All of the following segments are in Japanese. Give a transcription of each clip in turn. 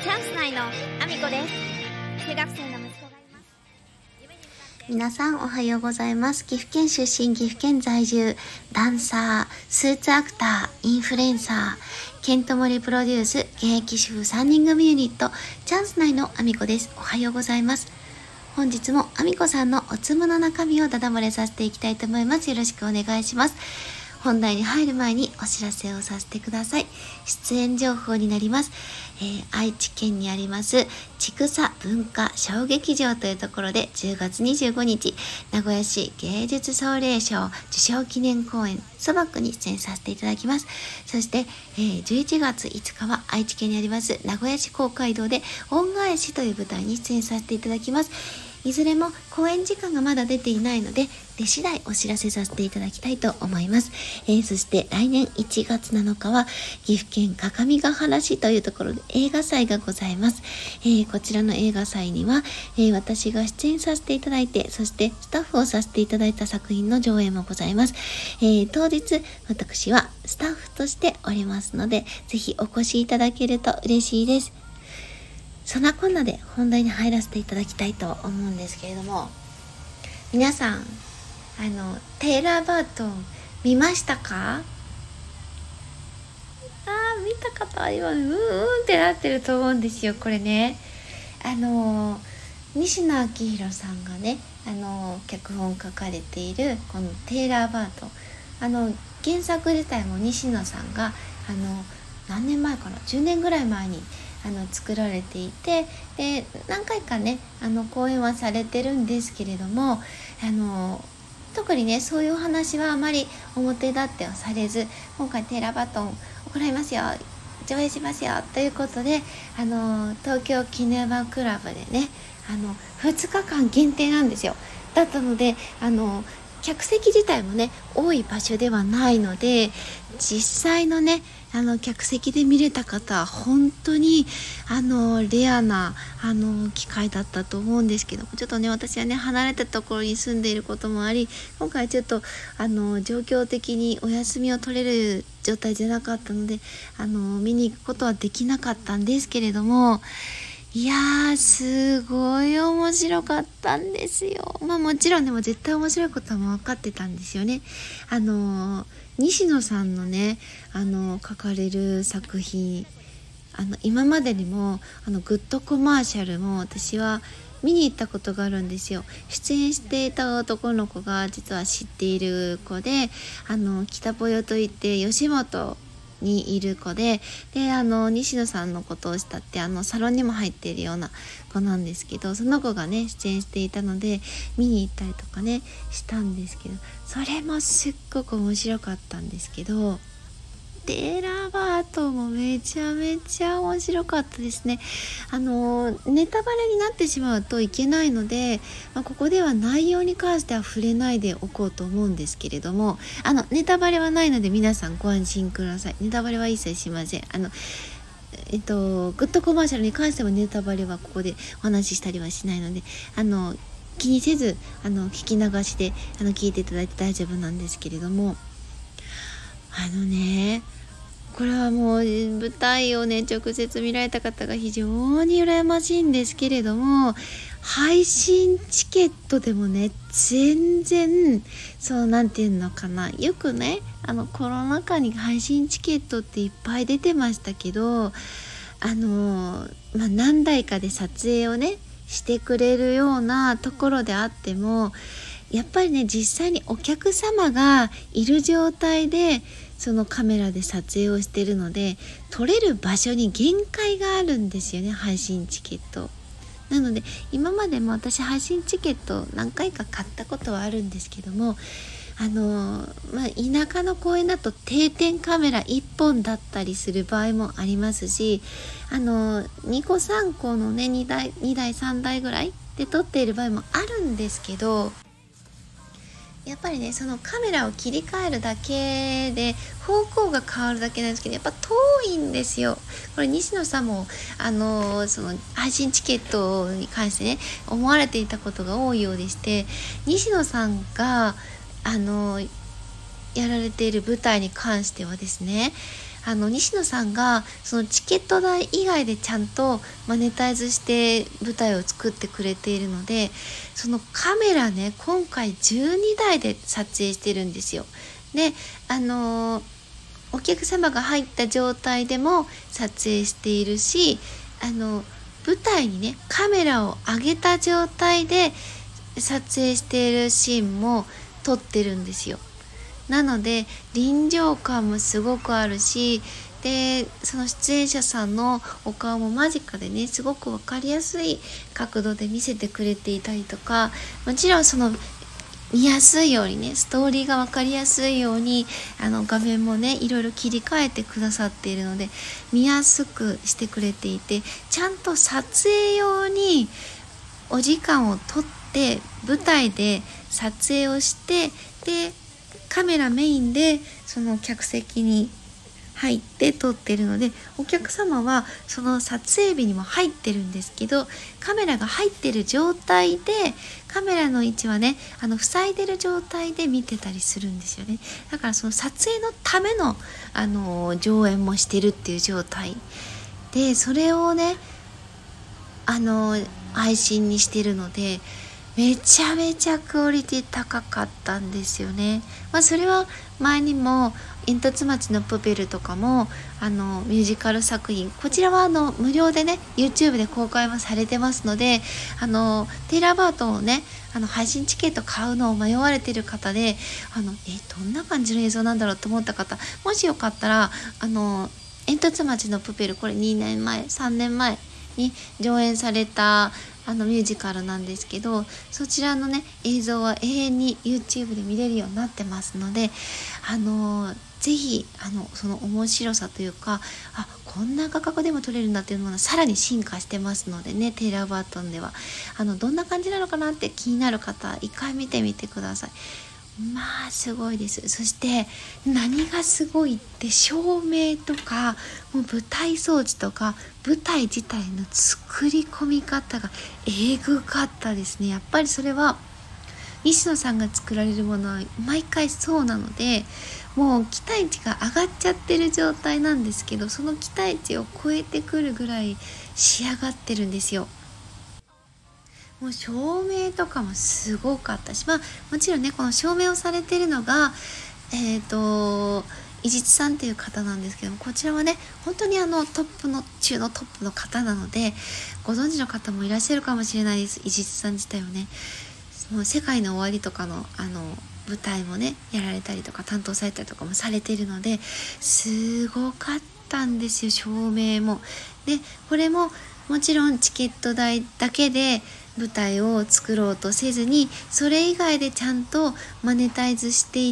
チャンス内のアミコです。中学生の息子がいます。 皆さんおはようございます。岐阜県出身、岐阜県在住、ダンサー、スーツアクター、インフルエンサー、ケントモリプロデュース、現役主婦3人組ユニット、チャンス内のアミコです。おはようございます。本日もアミコさんのおつむの中身をダダ漏れさせていきたいと思います。よろしくお願いします。本題に入る前にお知らせをさせてください。出演情報になります。愛知県にあります千種文化小劇場というところで10月25日名古屋市芸術総例賞受賞記念公演そばくに出演させていただきます。そして、11月5日は愛知県にあります名古屋市公会堂で恩返しという舞台に出演させていただきます。いずれも公演時間がまだ出ていないので出次第お知らせさせていただきたいと思います。そして来年1月7日は岐阜県各務原市というところで映画祭がございます。こちらの映画祭には、私が出演させていただいて、そしてスタッフをさせていただいた作品の上映もございます。当日私はスタッフとしておりますので、ぜひお越しいただけると嬉しいです。そんなこんなで本題に入らせていただきたいと思うんですけれども、皆さんテイラー・バートン見ましたか？見た方は今ってなってると思うんですよ。これね西野昭弘さんがね脚本を書かれているこのテイラー・バートン原作自体も西野さんが何年前かな10年ぐらい前に作られていて、で何回かね公演はされてるんですけれども特にねそういうお話はあまり表立ってはされず、今回テイラー・バートン行いますよ上映しますよということで東京キネマクラブでね2日間限定なんですよ。だったので客席自体もね多い場所ではないので、実際のね客席で見れた方は本当にレアな機会だったと思うんですけども、ちょっとね私はね離れたところに住んでいることもあり、今回ちょっと状況的にお休みを取れる状態じゃなかったので見に行くことはできなかったんですけれども、いやーすごい面白かったんですよ。もちろんでも絶対面白いことは分かってたんですよね。西野さんのね書かれる作品今までにもグッドコマーシャルも私は見に行ったことがあるんですよ。出演していた男の子が実は知っている子で北ぽよといって吉本にいる子で西野さんのことをしたってサロンにも入っているような子なんですけど、その子がね出演していたので見に行ったりとかねしたんですけど、それもすっごく面白かったんですけど、テイラー・バートンもめちゃめちゃ面白かったですね。ネタバレになってしまうといけないので、ここでは内容に関しては触れないでおこうと思うんですけれども、ネタバレはないので皆さんご安心ください。ネタバレは一切しません。グッドコマーシャルに関してはネタバレはここでお話ししたりはしないので気にせず聞き流しで聞いていただいて大丈夫なんですけれども、これはもう舞台をね直接見られた方が非常に羨ましいんですけれども、配信チケットでもね全然なんていうのかな、よくねコロナ禍に配信チケットっていっぱい出てましたけど何台かで撮影をねしてくれるようなところであっても、やっぱりね実際にお客様がいる状態でそのカメラで撮影をしているので撮れる場所に限界があるんですよね、配信チケット。なので今までも私配信チケット何回か買ったことはあるんですけども田舎の公園だと定点カメラ1本だったりする場合もありますし2個3個のね2台3台ぐらいで撮っている場合もあるんですけど、やっぱりねそのカメラを切り替えるだけで方向が変わるだけなんですけど、やっぱ遠いんですよ。これ西野さんもその配信チケットに関してね思われていたことが多いようでして、西野さんがやられている舞台に関してはですね西野さんがそのチケット代以外でちゃんとマネタイズして舞台を作ってくれているので、そのカメラね、今回12台で撮影してるんですよ。でお客様が入った状態でも撮影しているし、舞台にねカメラを上げた状態で撮影しているシーンも撮ってるんですよ。なので臨場感もすごくあるし、でその出演者さんのお顔も間近でねすごく分かりやすい角度で見せてくれていたりとか、もちろんその見やすいようにね、ストーリーが分かりやすいように画面もねいろいろ切り替えてくださっているので見やすくしてくれていて、ちゃんと撮影用にお時間をとって舞台で撮影をして、でカメラメインでその客席に入って撮ってるので、お客様はその撮影日にも入ってるんですけど、カメラが入ってる状態でカメラの位置はね塞いでる状態で見てたりするんですよね。だからその撮影のための上演もしてるっていう状態で、それをね配信にしてるのでめちゃめちゃクオリティ高かったんですよね。それは前にも煙突町のプペルとかもミュージカル作品、こちらは無料でね YouTube で公開もされてますので、テイラー・バートンをね配信チケット買うのを迷われてる方でどんな感じの映像なんだろうと思った方、もしよかったら煙突町のプペル、これ2年前3年前に上演されたミュージカルなんですけど、そちらのね映像は永遠に YouTube で見れるようになってますので、ぜひその面白さというか、こんな価格でも撮れるんだっていうのがさらに進化してますのでね、テイラー・バートンではどんな感じなのかなって気になる方一回見てみてください。すごいです。そして何がすごいって照明とかもう舞台装置とか舞台自体の作り込み方がえぐかったですね。やっぱりそれは西野さんが作られるものは毎回そうなので、もう期待値が上がっちゃってる状態なんですけど、その期待値を超えてくるぐらい仕上がってるんですよ。もう照明とかもすごかったし、もちろんねこの照明をされているのが伊地知さんっていう方なんですけども、こちらはね本当にトップの中のトップの方なので、ご存知の方もいらっしゃるかもしれないです。伊地知さん自体をね、もう世界の終わりとかの舞台もねやられたりとか担当されたりとかもされているので、すごかったんですよ、照明も。でこれももちろんチケット代だけで舞台を作ろうとせずに、それ以外でちゃんとマネタイズしていって、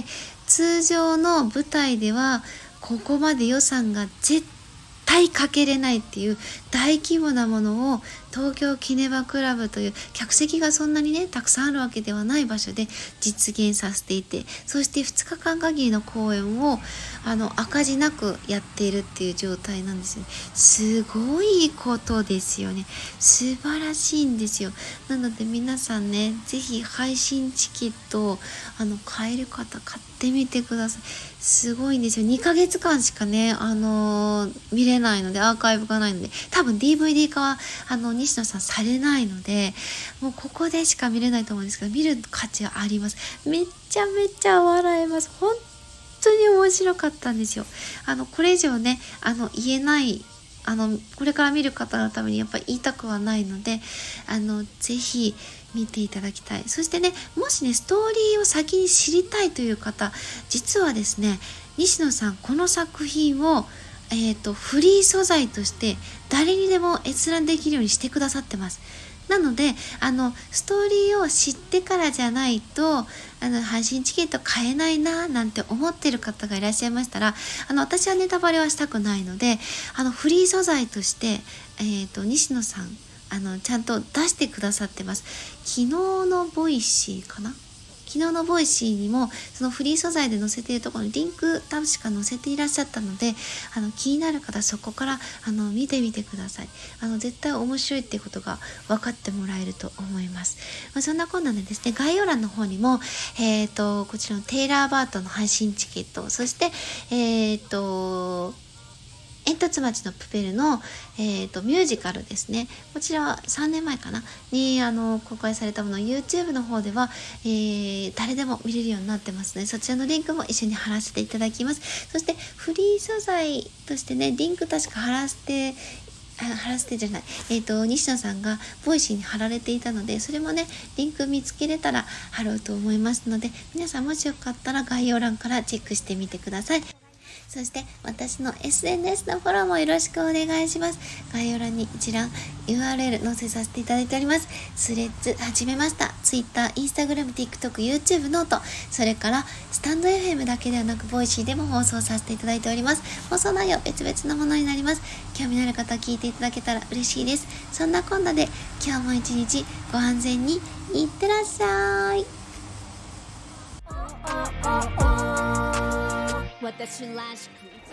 通常の舞台ではここまで予算が絶対かけれないっていう大規模なものを東京キネマクラブという客席がそんなにねたくさんあるわけではない場所で実現させていて、そして2日間限りの公演を赤字なくやっているっていう状態なんですよね。すごいことですよね。素晴らしいんですよ。なので皆さんね、ぜひ配信チケットを買える方買ってみてください。すごいんですよ。2ヶ月間しかね見れないので、アーカイブがないので、多分 DVD 化は西野さんされないので、もうここでしか見れないと思うんですけど、見る価値はあります。めちゃめちゃ笑えます。本当に面白かったんですよ。これ以上ね言えないこれから見る方のためにやっぱり言いたくはないのでぜひ見ていただきたい。そしてね、もしねストーリーを先に知りたいという方、実はですね西野さんこの作品をフリー素材として誰にでも閲覧できるようにしてくださってます。なのでストーリーを知ってからじゃないと配信チケット買えないななんて思ってる方がいらっしゃいましたら、私はネタバレはしたくないのでフリー素材として西野さんちゃんと出してくださってます。昨日のボイシーかな、昨昨日のボイシーにもそのフリー素材で載せているところにリンク確か載せていらっしゃったので、気になる方そこから見てみてください。絶対面白いっていうことが分かってもらえると思います。そんなこんなでですね、概要欄の方にもこちらのテイラー・バートの配信チケット、そして煙突町のプペルの、ミュージカルですね。こちらは3年前かなに公開されたもの、 YouTube の方では、誰でも見れるようになってますね。そちらのリンクも一緒に貼らせていただきます。そしてフリー素材としてね、リンク確か貼らせてじゃない、西野さんがボイシーに貼られていたので、それもねリンク見つけれたら貼ろうと思いますので、皆さんもしよかったら概要欄からチェックしてみてください。そして私の SNS のフォローもよろしくお願いします。概要欄に一覧 URL 載せさせていただいております。スレッズ始めました。Twitter、Instagram、TikTok、YouTube、ノート、それからスタンド FM だけではなくボイシーでも放送させていただいております。放送内容別々のものになります。興味のある方は聞いていただけたら嬉しいです。そんなこんなで今日も一日ご安全にいってらっしゃい。 私らしく